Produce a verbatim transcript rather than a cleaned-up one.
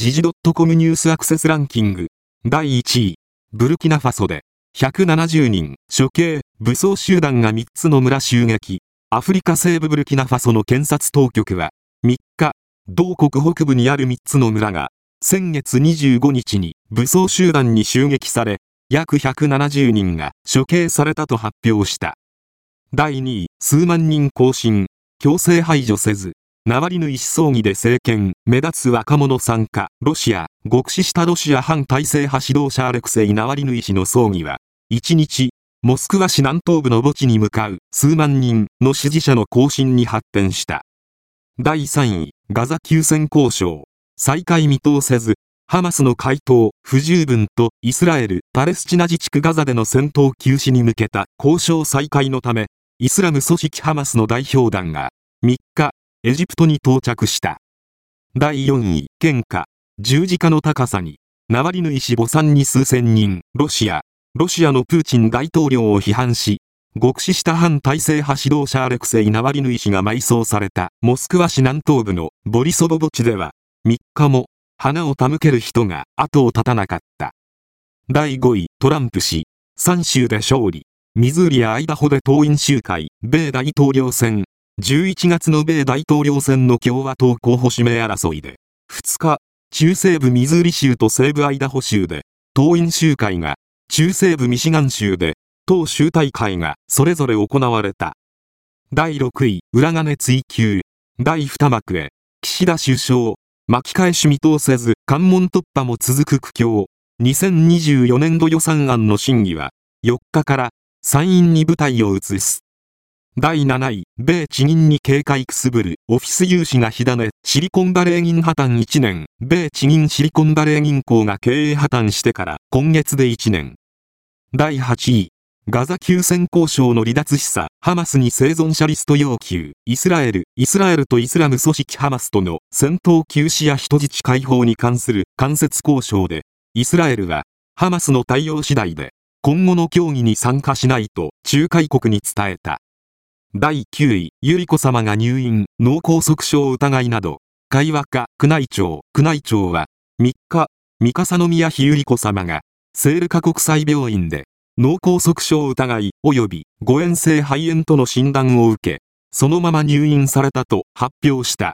時事 .com ニュースアクセスランキング。だいいちい、ブルキナファソで、ひゃくななじゅうにん、処刑、武装集団がみっつの村襲撃。アフリカ西部ブルキナファソの検察当局は、みっか、同国北部にあるみっつの村が、先月にじゅうごにちに武装集団に襲撃され、約ひゃくななじゅうにんが処刑されたと発表した。だいにい、数万人行進、強制排除せず、ナワリヌイ氏葬儀で政権、目立つ若者参加、ロシア、極死したロシア反体制派指導者アレクセイ・ナワリヌイ氏の葬儀は、いちにち、モスクワ市南東部の墓地に向かう数万人の支持者の行進に発展した。だいさんい、ガザ休戦交渉、再開見通せず、ハマスの回答不十分とイスラエル・パレスチナ自治区ガザでの戦闘休止に向けた交渉再開のため、イスラム組織ハマスの代表団がみっか、エジプトに到着した。だいよんい、献花、十字架の高さに、ナワリヌイ氏墓参に数千人、ロシア、ロシアのプーチン大統領を批判し、極死した反体制派指導者アレクセイ・ナワリヌイ氏が埋葬されたモスクワ市南東部のボリソボ墓地では、みっかも花を手向ける人が後を絶たなかった。だいごい、トランプ氏、さん州で勝利、ミズーリやアイダホで党員集会、米大統領選。じゅういちがつの米大統領選の共和党候補指名争いで、ふつか、中西部ミズーリ州と西部アイダホ州で、党員集会が、中西部ミシガン州で、党集大会がそれぞれ行われた。だいろくい、裏金追及。だいに幕へ、岸田首相、巻き返し見通せず、関門突破も続く苦境。にせんにじゅうよねんど予算案の審議は、よっかから参院に舞台を移す。だいなない、米地銀に警戒くすぶるオフィス融資が火種、シリコンバレー銀破綻いちねん、米地銀シリコンバレー銀行が経営破綻してから今月でいちねん。だいはちい、ガザ休戦交渉の離脱示唆、ハマスに生存者リスト要求、イスラエル、イスラエルとイスラム組織ハマスとの戦闘休止や人質解放に関する間接交渉で、イスラエルはハマスの対応次第で今後の協議に参加しないと仲介国に伝えた。だいきゅうい、百合子さまが入院、脳梗塞症疑いなど、会話課、宮内庁、宮内庁は、みっか、三笠宮妃百合子さまが、聖路加国際病院で、脳梗塞症疑い及び誤嚥性肺炎との診断を受け、そのまま入院されたと発表した。